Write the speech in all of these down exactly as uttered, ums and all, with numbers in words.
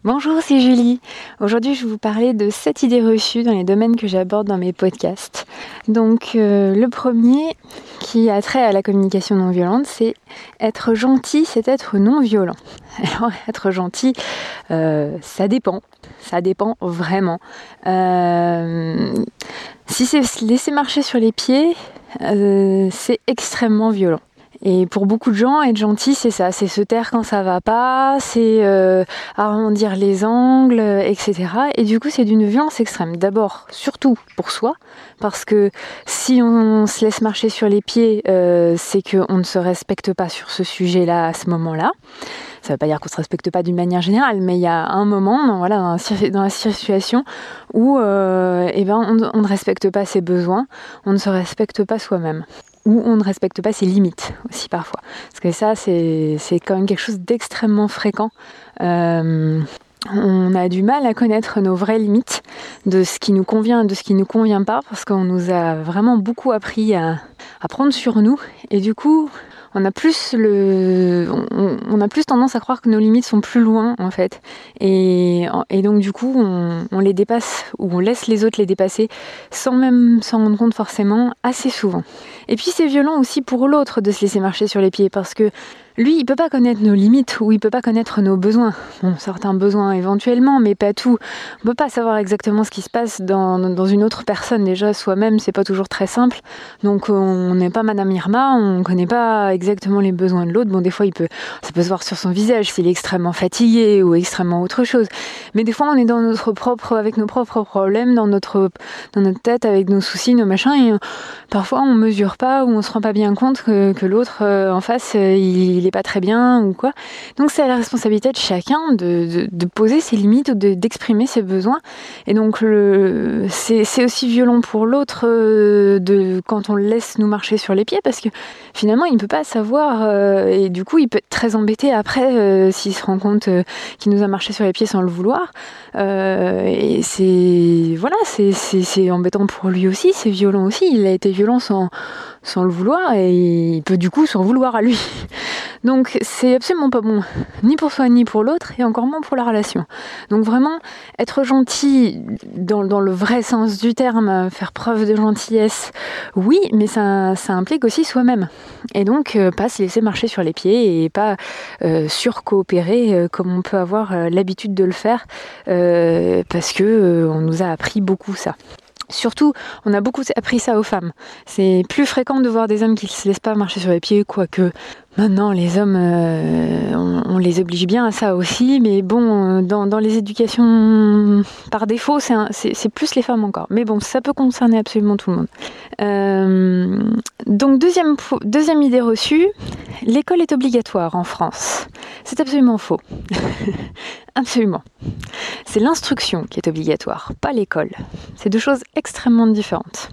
Bonjour, c'est Julie. Aujourd'hui, je vais vous parler de sept idées reçues dans les domaines que j'aborde dans mes podcasts. Donc, euh, le premier, qui a trait à la communication non violente, c'est être gentil, c'est être non violent. Alors, être gentil, euh, ça dépend. Ça dépend vraiment. Euh, si c'est se laisser marcher sur les pieds, euh, c'est extrêmement violent. Et pour beaucoup de gens, être gentil, c'est ça, c'est se taire quand ça va pas, c'est euh, arrondir les angles, et cetera. Et du coup, c'est d'une violence extrême. D'abord, surtout pour soi, parce que si on se laisse marcher sur les pieds, euh, c'est qu'on ne se respecte pas sur ce sujet-là à ce moment-là. Ça ne veut pas dire qu'on ne se respecte pas d'une manière générale, mais il y a un moment, dans, voilà, dans, dans la situation où euh, eh ben, on, on ne respecte pas ses besoins, on ne se respecte pas soi-même. Ou on ne respecte pas ses limites aussi parfois. Parce que ça, c'est, c'est quand même quelque chose d'extrêmement fréquent. Euh, on a du mal à connaître nos vraies limites, de ce qui nous convient et de ce qui ne nous convient pas, parce qu'on nous a vraiment beaucoup appris à, à prendre sur nous. Et du coup, on a plus le, on, on a plus tendance à croire que nos limites sont plus loin en fait. Et, et donc du coup, on, on les dépasse ou on laisse les autres les dépasser sans même s'en rendre compte forcément assez souvent. Et puis c'est violent aussi pour l'autre de se laisser marcher sur les pieds parce que lui, il peut pas connaître nos limites ou il peut pas connaître nos besoins. Bon, certains besoins éventuellement, mais pas tout. On peut pas savoir exactement ce qui se passe dans, dans une autre personne. Déjà, soi-même, c'est pas toujours très simple. Donc, on n'est pas Madame Irma, on connaît pas exactement les besoins de l'autre. Bon, des fois, il peut, ça peut se voir sur son visage s'il est extrêmement fatigué ou extrêmement autre chose. Mais des fois, on est dans notre propre, avec nos propres problèmes, dans notre, dans notre tête, avec nos soucis, nos machins, et euh, parfois, on mesure pas ou on se rend pas bien compte que, que l'autre euh, en face, euh, il, il est pas très bien ou quoi. Donc c'est à la responsabilité de chacun de, de, de poser ses limites ou de, d'exprimer ses besoins. Et donc le, c'est, c'est aussi violent pour l'autre euh, de, quand on le laisse nous marcher sur les pieds parce que finalement il ne peut pas savoir euh, et du coup il peut être très embêté après euh, s'il se rend compte euh, qu'il nous a marché sur les pieds sans le vouloir. Euh, et c'est voilà, c'est, c'est, c'est embêtant pour lui aussi, c'est violent aussi. Il a été violent sans, sans le vouloir et il peut du coup s'en vouloir à lui. Donc c'est absolument pas bon, ni pour soi ni pour l'autre, et encore moins pour la relation. Donc vraiment, être gentil dans, dans le vrai sens du terme, faire preuve de gentillesse, oui, mais ça, ça implique aussi soi-même. Et donc euh, pas se laisser marcher sur les pieds et pas euh, surcoopérer euh, comme on peut avoir euh, l'habitude de le faire, euh, parce que euh, on nous a appris beaucoup ça. Surtout, on a beaucoup appris ça aux femmes. C'est plus fréquent de voir des hommes qui ne se laissent pas marcher sur les pieds, quoique maintenant les hommes, euh, on, on les oblige bien à ça aussi, mais bon, dans, dans les éducations par défaut, c'est, un, c'est, c'est plus les femmes encore. Mais bon, ça peut concerner absolument tout le monde. Euh, donc deuxième, deuxième idée reçue, l'école est obligatoire en France. C'est absolument faux. Absolument. C'est l'instruction qui est obligatoire, pas l'école. C'est deux choses extrêmement différentes.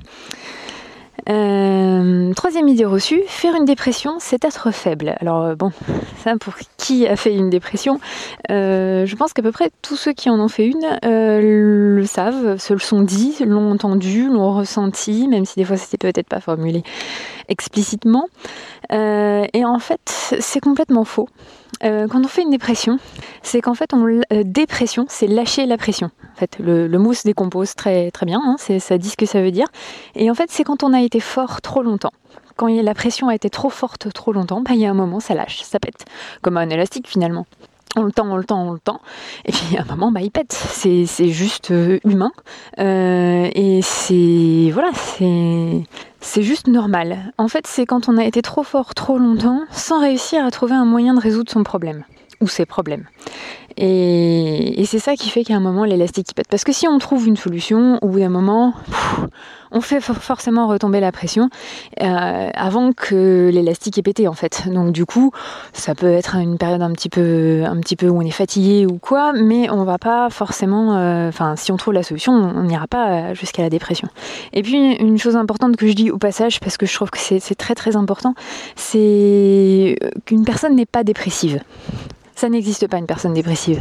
Euh, troisième idée reçue, faire une dépression, c'est être faible. Alors euh, bon, ça pour qui a fait une dépression, euh, je pense qu'à peu près tous ceux qui en ont fait une euh, le savent, se le sont dit, l'ont entendu, l'ont ressenti, même si des fois c'était peut-être pas formulé explicitement. Euh, et en fait, c'est complètement faux. Euh, quand on fait une dépression, c'est qu'en fait, on, euh, dépression, c'est lâcher la pression. En fait, le, le mot se décompose très, très bien, hein, c'est, ça dit ce que ça veut dire. Et en fait, c'est quand on a été fort trop longtemps. Quand y a, la pression a été trop forte trop longtemps, bah, il y a un moment, ça lâche, ça pète. Comme un élastique, finalement. On le tend, on le tend, on le tend. Et puis, à un moment, bah, il pète. C'est, c'est juste euh, humain. Euh, et c'est... Voilà, c'est... C'est juste normal. En fait, c'est quand on a été trop fort trop longtemps sans réussir à trouver un moyen de résoudre son problème ou ses problèmes. Et, et c'est ça qui fait qu'à un moment, l'élastique il pète. Parce que si on trouve une solution, au bout d'un moment, pff, on fait forcément retomber la pression euh, avant que l'élastique ait pété, en fait. Donc du coup, ça peut être une période un petit peu, un petit peu où on est fatigué ou quoi, mais on va pas forcément... Enfin, euh, si on trouve la solution, on n'ira pas jusqu'à la dépression. Et puis, une chose importante que je dis au passage, parce que je trouve que c'est, c'est très très important, c'est qu'une personne n'est pas dépressive. Ça n'existe pas, une personne dépressive.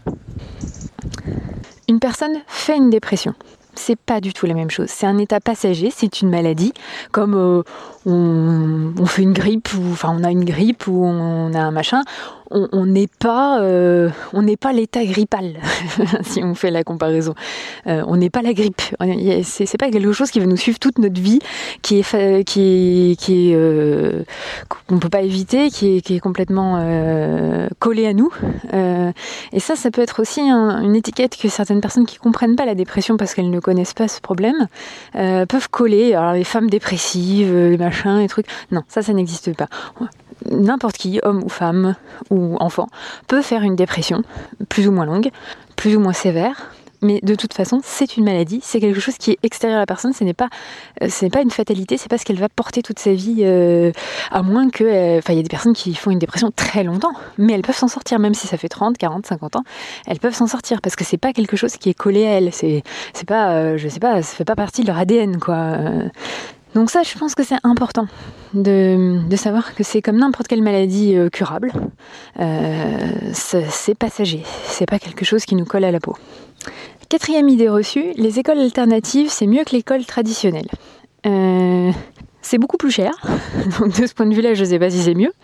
Une personne fait une dépression. C'est pas du tout la même chose. C'est un état passager, c'est une maladie, comme euh, on, on fait une grippe, ou enfin on a une grippe ou on a un machin. on n'est pas, euh, on n'est pas l'état grippal, si on fait la comparaison. Euh, on n'est pas la grippe. C'est, c'est pas quelque chose qui va nous suivre toute notre vie, qui est, fa- qui est, qui est, euh, qu'on peut pas éviter, qui est, qui est complètement euh, collé à nous. Euh, et ça, ça peut être aussi un, une étiquette que certaines personnes qui comprennent pas la dépression parce qu'elles ne connaissent pas ce problème euh, peuvent coller. Alors les femmes dépressives, les machins, les trucs. Non, ça, ça n'existe pas. N'importe qui, homme ou femme ou enfant, peut faire une dépression plus ou moins longue, plus ou moins sévère, mais de toute façon, c'est une maladie, c'est quelque chose qui est extérieur à la personne, ce n'est pas, euh, ce n'est pas une fatalité, c'est pas ce qu'elle va porter toute sa vie, euh, à moins que... Enfin, euh, il y a des personnes qui font une dépression très longtemps, mais elles peuvent s'en sortir, même si ça fait trente, quarante, cinquante ans, elles peuvent s'en sortir, parce que c'est pas quelque chose qui est collé à elles, c'est, c'est pas, euh, je sais pas, ça fait pas partie de leur A D N, quoi. Euh, Donc ça, je pense que c'est important de, de savoir que c'est comme n'importe quelle maladie euh, curable. Euh, c'est, c'est passager, c'est pas quelque chose qui nous colle à la peau. Quatrième idée reçue, les écoles alternatives, c'est mieux que l'école traditionnelle. Euh, c'est beaucoup plus cher, donc de ce point de vue-là, je sais pas si c'est mieux.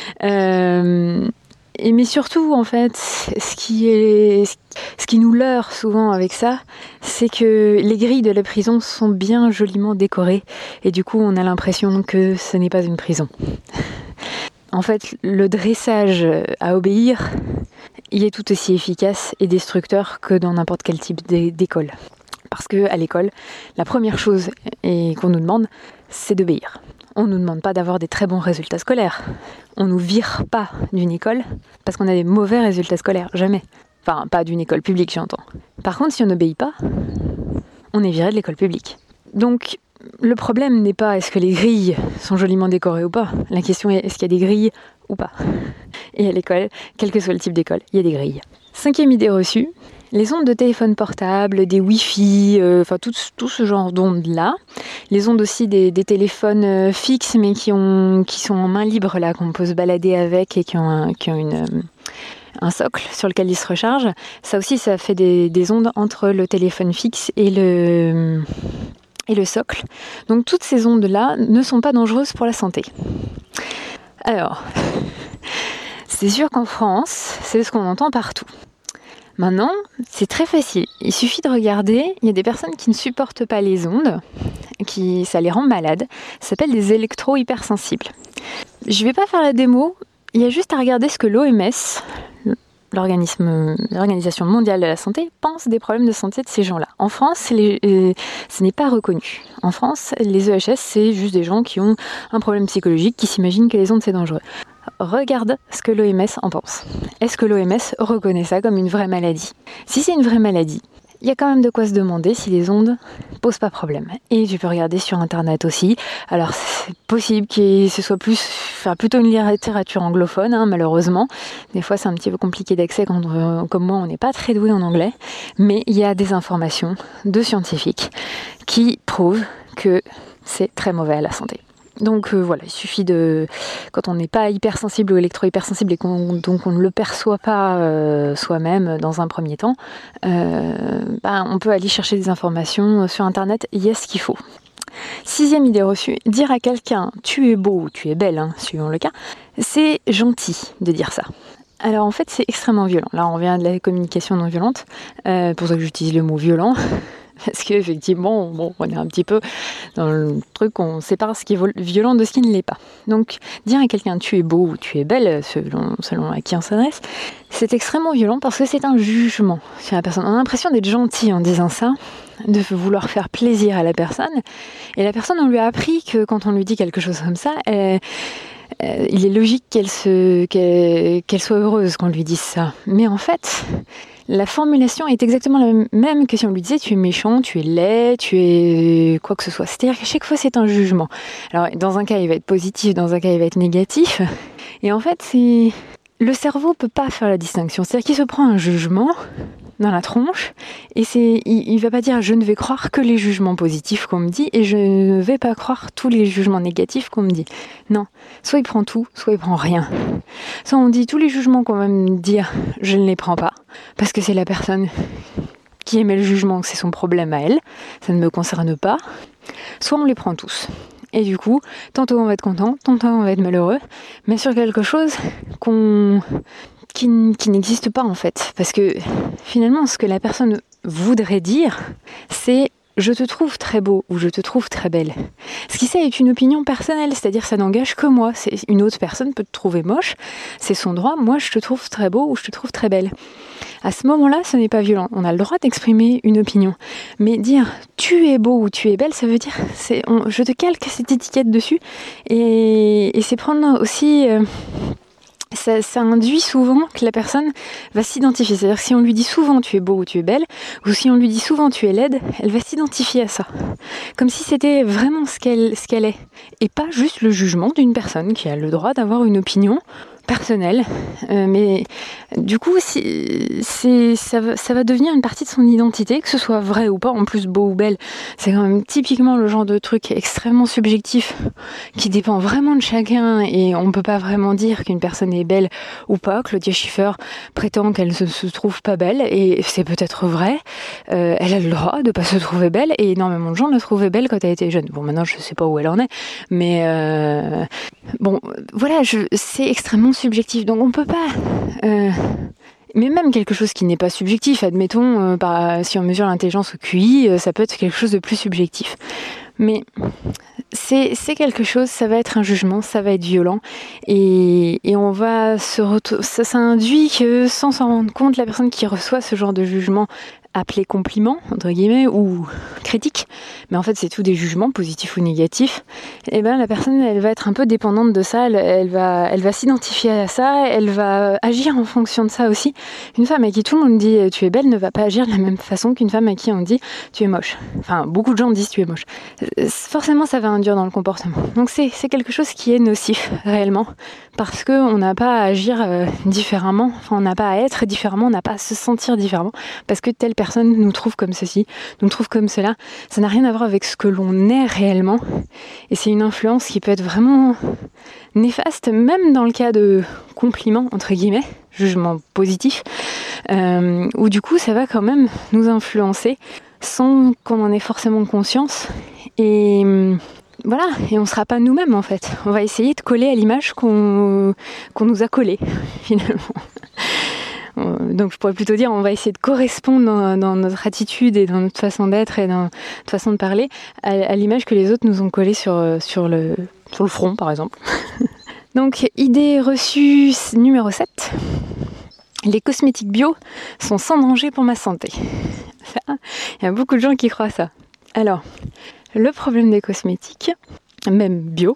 Euh, Et mais surtout, en fait, ce qui est, ce qui nous leurre souvent avec ça, c'est que les grilles de la prison sont bien joliment décorées. Et du coup, on a l'impression que ce n'est pas une prison. En fait, le dressage à obéir, il est tout aussi efficace et destructeur que dans n'importe quel type d'école. Parce qu'à l'école, la première chose et qu'on nous demande, c'est d'obéir. On ne nous demande pas d'avoir des très bons résultats scolaires. On ne nous vire pas d'une école parce qu'on a des mauvais résultats scolaires. Jamais. Enfin, pas d'une école publique, j'entends. Par contre, si on n'obéit pas, on est viré de l'école publique. Donc, le problème n'est pas est-ce que les grilles sont joliment décorées ou pas. La question est est-ce qu'il y a des grilles ou pas. Et à l'école, quel que soit le type d'école, il y a des grilles. Cinquième idée reçue, les ondes de téléphone portable, des Wi-Fi, euh, enfin tout, tout ce genre d'ondes-là. Les ondes aussi des, des téléphones euh, fixes, mais qui, ont, qui sont en main libre, là, qu'on peut se balader avec et qui ont, un, qui ont une, euh, un socle sur lequel ils se rechargent. Ça aussi, ça fait des, des ondes entre le téléphone fixe et le, et le socle. Donc toutes ces ondes-là ne sont pas dangereuses pour la santé. Alors, c'est sûr qu'en France, c'est ce qu'on entend partout. Maintenant, c'est très facile. Il suffit de regarder, il y a des personnes qui ne supportent pas les ondes, qui, ça les rend malades. Ça s'appelle des électro-hypersensibles. Je ne vais pas faire la démo, il y a juste à regarder ce que l'O M S, l'organisme, l'Organisation mondiale de la santé, pense des problèmes de santé de ces gens-là. En France, les, euh, ce n'est pas reconnu. En France, les E H S, c'est juste des gens qui ont un problème psychologique, qui s'imaginent que les ondes, c'est dangereux. Regarde ce que l'O M S en pense. Est-ce que l'O M S reconnaît ça comme une vraie maladie ? Si c'est une vraie maladie, il y a quand même de quoi se demander si les ondes posent pas problème. Et tu peux regarder sur Internet aussi. Alors c'est possible que ce soit plus, enfin, plutôt une littérature anglophone, hein, malheureusement. Des fois c'est un petit peu compliqué d'accès quand, euh, comme moi, on n'est pas très doué en anglais. Mais il y a des informations de scientifiques qui prouvent que c'est très mauvais à la santé. Donc euh, voilà, il suffit de, quand on n'est pas hypersensible ou électro-hypersensible et qu'on donc on ne le perçoit pas euh, soi-même dans un premier temps, euh, bah, on peut aller chercher des informations sur Internet, il y a ce qu'il faut. Sixième idée reçue, dire à quelqu'un « tu es beau » ou « tu es belle hein, », suivant le cas, c'est gentil de dire ça. Alors en fait c'est extrêmement violent. Là on revient de la communication non violente, euh, pour ça que j'utilise le mot violent. Parce qu'effectivement, bon, on est un petit peu dans le truc, on sépare ce qui est violent de ce qui ne l'est pas. Donc, dire à quelqu'un tu es beau ou tu es belle, selon, selon à qui on s'adresse, c'est extrêmement violent parce que c'est un jugement sur la personne. On a l'impression d'être gentil en disant ça, de vouloir faire plaisir à la personne. Et la personne, on lui a appris que quand on lui dit quelque chose comme ça, elle, euh, il est logique qu'elle, se, qu'elle, qu'elle soit heureuse qu'on lui dise ça. Mais en fait, la formulation est exactement la même que si on lui disait tu es méchant, tu es laid, tu es quoi que ce soit. C'est-à-dire qu'à chaque fois c'est un jugement. Alors dans un cas il va être positif, dans un cas il va être négatif. Et en fait c'est... le cerveau peut pas faire la distinction. C'est-à-dire qu'il se prend un jugement dans la tronche et c'est, il, il va pas dire je ne vais croire que les jugements positifs qu'on me dit et je ne vais pas croire tous les jugements négatifs qu'on me dit. Non, soit il prend tout, soit il prend rien. Soit on dit tous les jugements qu'on va me dire, je ne les prends pas parce que c'est la personne qui émet le jugement, que c'est son problème à elle, ça ne me concerne pas. Soit on les prend tous. Et du coup, tantôt on va être content, tantôt on va être malheureux, mais sur quelque chose qu'on qui, qui n'existe pas en fait. Parce que finalement, ce que la personne voudrait dire, c'est « je te trouve très beau » ou « je te trouve très belle ». Ce qui ça est une opinion personnelle, c'est-à-dire ça n'engage que moi. C'est, une autre personne peut te trouver moche, c'est son droit. Moi, je te trouve très beau ou je te trouve très belle. À ce moment-là, ce n'est pas violent. On a le droit d'exprimer une opinion. Mais dire « tu es beau » ou « tu es belle », ça veut dire c'est, on, je te calque cette étiquette dessus. Et, et c'est prendre aussi... Euh, Ça, ça induit souvent que la personne va s'identifier. C'est-à-dire que si on lui dit souvent tu es beau ou tu es belle, ou si on lui dit souvent tu es laide, elle va s'identifier à ça. Comme si c'était vraiment ce qu'elle, ce qu'elle est. Et pas juste le jugement d'une personne qui a le droit d'avoir une opinion personnelle. Euh, mais du coup, c'est, c'est, ça, va, ça va devenir une partie de son identité, que ce soit vrai ou pas. En plus, beau ou belle, c'est quand même typiquement le genre de truc extrêmement subjectif qui dépend vraiment de chacun et on ne peut pas vraiment dire qu'une personne est belle ou pas. Claudia Schiffer prétend qu'elle ne se, se trouve pas belle et c'est peut-être vrai. Euh, elle a le droit de ne pas se trouver belle et énormément de gens la trouvaient belle quand elle était jeune. Bon, maintenant, je ne sais pas où elle en est, mais euh, bon, voilà, je, c'est extrêmement subjectif. Donc on peut pas... Euh, mais même quelque chose qui n'est pas subjectif, admettons, euh, par, si on mesure l'intelligence au Q I, euh, ça peut être quelque chose de plus subjectif. Mais c'est, c'est quelque chose, ça va être un jugement, ça va être violent. Et, et on va se retrouver... Ça, ça induit que, sans s'en rendre compte, la personne qui reçoit ce genre de jugement appelé compliment, entre guillemets, ou critique, mais en fait c'est tout des jugements, positifs ou négatifs, et ben la personne elle va être un peu dépendante de ça, elle, elle, va, elle va s'identifier à ça, elle va agir en fonction de ça aussi. Une femme à qui tout le monde dit tu es belle ne va pas agir de la même façon qu'une femme à qui on dit tu es moche. Enfin, beaucoup de gens disent tu es moche. Forcément ça va induire dans le comportement. Donc c'est, c'est quelque chose qui est nocif, réellement, parce qu'on n'a pas à agir euh, différemment, enfin on n'a pas à être différemment, on n'a pas à se sentir différemment, parce que telle personne personne nous trouve comme ceci, nous trouve comme cela. Ça n'a rien à voir avec ce que l'on est réellement. Et c'est une influence qui peut être vraiment néfaste, même dans le cas de compliments, entre guillemets, jugement positif, euh, où du coup ça va quand même nous influencer sans qu'on en ait forcément conscience. Et voilà, et on ne sera pas nous-mêmes en fait. On va essayer de coller à l'image qu'on, qu'on nous a collée, finalement. Donc je pourrais plutôt dire on va essayer de correspondre dans, dans notre attitude et dans notre façon d'être et dans notre façon de parler à, à l'image que les autres nous ont collée sur, sur, le, sur le front par exemple. Donc idée reçue numéro sept. Les cosmétiques bio sont sans danger pour ma santé. Ça, il y a beaucoup de gens qui croient ça. Alors, le problème des cosmétiques, même bio,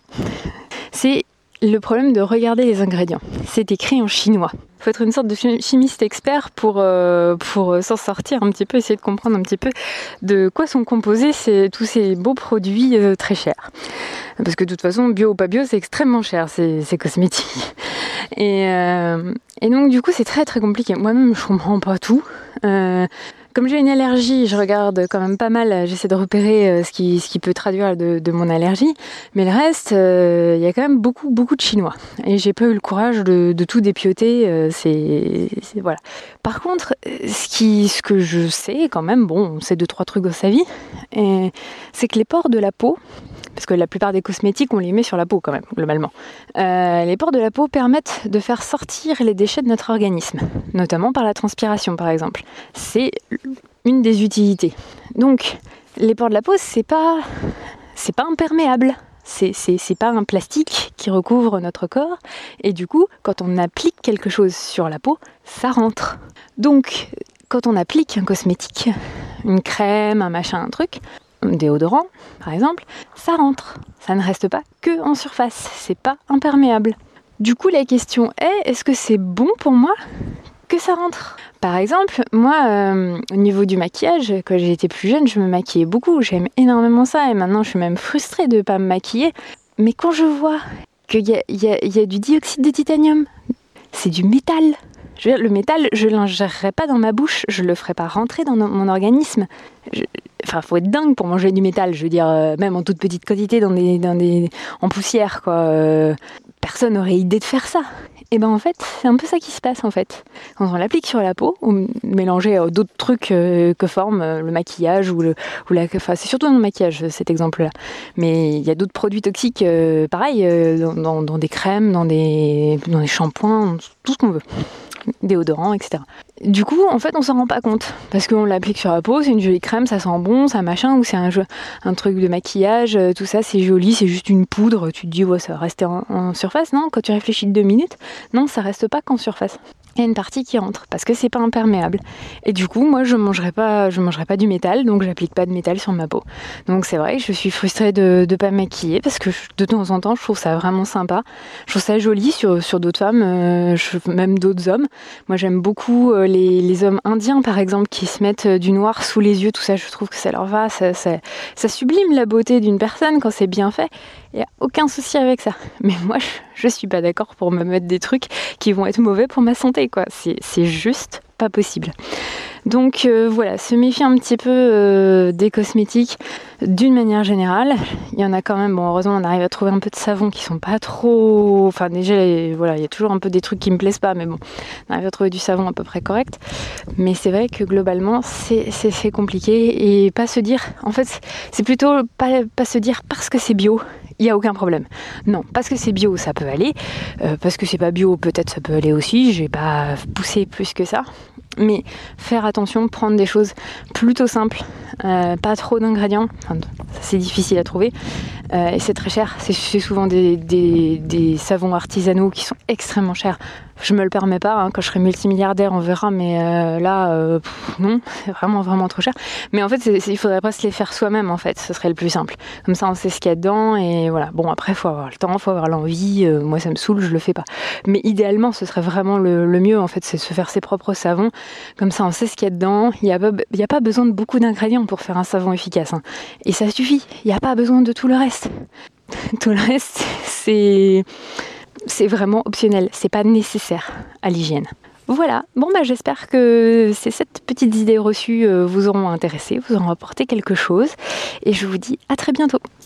c'est le problème de regarder les ingrédients. C'est écrit en chinois. Il faut être une sorte de chimiste expert pour, euh, pour s'en sortir un petit peu, essayer de comprendre un petit peu de quoi sont composés ces, tous ces beaux produits euh, très chers. Parce que de toute façon, bio ou pas bio, c'est extrêmement cher, ces, ces cosmétiques. Et, euh, et donc du coup, c'est très très compliqué. Moi-même, je comprends pas tout. Euh, Comme j'ai une allergie, je regarde quand même pas mal, j'essaie de repérer ce qui, ce qui peut traduire de, de mon allergie, mais le reste, il euh, y a quand même beaucoup, beaucoup de chinois. Et j'ai pas eu le courage de, de tout dépioter, euh, c'est, c'est, voilà. Par contre, ce, qui, ce que je sais quand même, bon, on sait deux, trois trucs dans sa vie, et c'est que les pores de la peau, parce que la plupart des cosmétiques, on les met sur la peau quand même, globalement. Euh, les pores de la peau permettent de faire sortir les déchets de notre organisme, notamment par la transpiration par exemple. C'est une des utilités. Donc, les pores de la peau, c'est pas, c'est pas imperméable. C'est, c'est, c'est pas un plastique qui recouvre notre corps. Et du coup, quand on applique quelque chose sur la peau, ça rentre. Donc, quand on applique un cosmétique, une crème, un machin, un truc, un déodorant, par exemple, ça rentre. Ça ne reste pas que en surface. C'est pas imperméable. Du coup, la question est, est-ce que c'est bon pour moi que ça rentre ? Par exemple, moi, euh, au niveau du maquillage, quand j'étais plus jeune, je me maquillais beaucoup. J'aime énormément ça. Et maintenant, je suis même frustrée de ne pas me maquiller. Mais quand je vois qu'il y a, y a, y a du dioxyde de titanium, c'est du métal. Je veux dire, le métal, je ne l'ingérerais pas dans ma bouche. Je ne le ferais pas rentrer dans no- mon organisme. Je... Enfin, faut être dingue pour manger du métal. Je veux dire, euh, même en toute petite quantité, dans des, dans des, en poussière, quoi. Euh, personne n'aurait idée de faire ça. Et ben en fait, c'est un peu ça qui se passe en fait. Quand on l'applique sur la peau, ou mélangé à d'autres trucs euh, que forme euh, le maquillage ou le, ou la, enfin c'est surtout dans le maquillage cet exemple-là. Mais il y a d'autres produits toxiques, euh, pareil, euh, dans, dans, dans des crèmes, dans des, dans des shampoings, tout ce qu'on veut. déodorant, et cetera. Du coup, en fait, on s'en rend pas compte parce qu'on l'applique sur la peau, c'est une jolie crème, ça sent bon, ça machin, ou c'est un, jeu, un truc de maquillage, tout ça, c'est joli, c'est juste une poudre. Tu te dis, ouais, ça va rester en, en surface, non? Quand tu réfléchis deux minutes, non, ça reste pas qu'en surface. Il y a une partie qui rentre parce que c'est pas imperméable. Et du coup, moi, je mangerai pas, je mangerai pas du métal, donc j'applique pas de métal sur ma peau. Donc c'est vrai que je suis frustrée de ne pas me maquiller parce que de temps en temps, je trouve ça vraiment sympa. Je trouve ça joli sur, sur d'autres femmes, euh, je, même d'autres hommes. Moi, j'aime beaucoup euh, les, les hommes indiens, par exemple, qui se mettent du noir sous les yeux, tout ça. Je trouve que ça leur va, ça, ça, ça sublime la beauté d'une personne quand c'est bien fait. Il n'y a aucun souci avec ça. Mais moi, je ne suis pas d'accord pour me mettre des trucs qui vont être mauvais pour ma santé, quoi. C'est, c'est juste pas possible. Donc euh, voilà, se méfier un petit peu euh, des cosmétiques d'une manière générale. Il y en a quand même, bon heureusement on arrive à trouver un peu de savons qui sont pas trop... Enfin déjà, les, voilà, il y a toujours un peu des trucs qui me plaisent pas, mais bon, on arrive à trouver du savon à peu près correct. Mais c'est vrai que globalement, c'est, c'est, c'est compliqué et pas se dire... En fait, c'est plutôt pas, pas se dire parce que c'est bio, il n'y a aucun problème. Non, parce que c'est bio, ça peut aller. Euh, parce que c'est pas bio, peut-être ça peut aller aussi. Je vais pas pousser plus que ça. Mais faire attention, prendre des choses plutôt simples, euh, pas trop d'ingrédients, enfin, c'est difficile à trouver euh, et c'est très cher. C'est, c'est souvent des, des, des savons artisanaux qui sont extrêmement chers. Je me le permets pas, hein. Quand je serai multimilliardaire on verra, mais euh, là euh, pff, non, c'est vraiment vraiment trop cher. Mais en fait c'est, c'est, il faudrait presque les faire soi-même en fait, ce serait le plus simple. Comme ça on sait ce qu'il y a dedans et voilà. Bon après faut avoir le temps, faut avoir l'envie, euh, moi ça me saoule, je le fais pas. Mais idéalement ce serait vraiment le, le mieux en fait, c'est de se faire ses propres savons. Comme ça on sait ce qu'il y a dedans, il n'y a, a pas besoin de beaucoup d'ingrédients pour faire un savon efficace. Hein. Et ça suffit, il n'y a pas besoin de tout le reste. Tout le reste c'est... c'est vraiment optionnel, c'est pas nécessaire à l'hygiène. Voilà, bon bah j'espère que ces sept petites idées reçues vous auront intéressé, vous auront apporté quelque chose et je vous dis à très bientôt.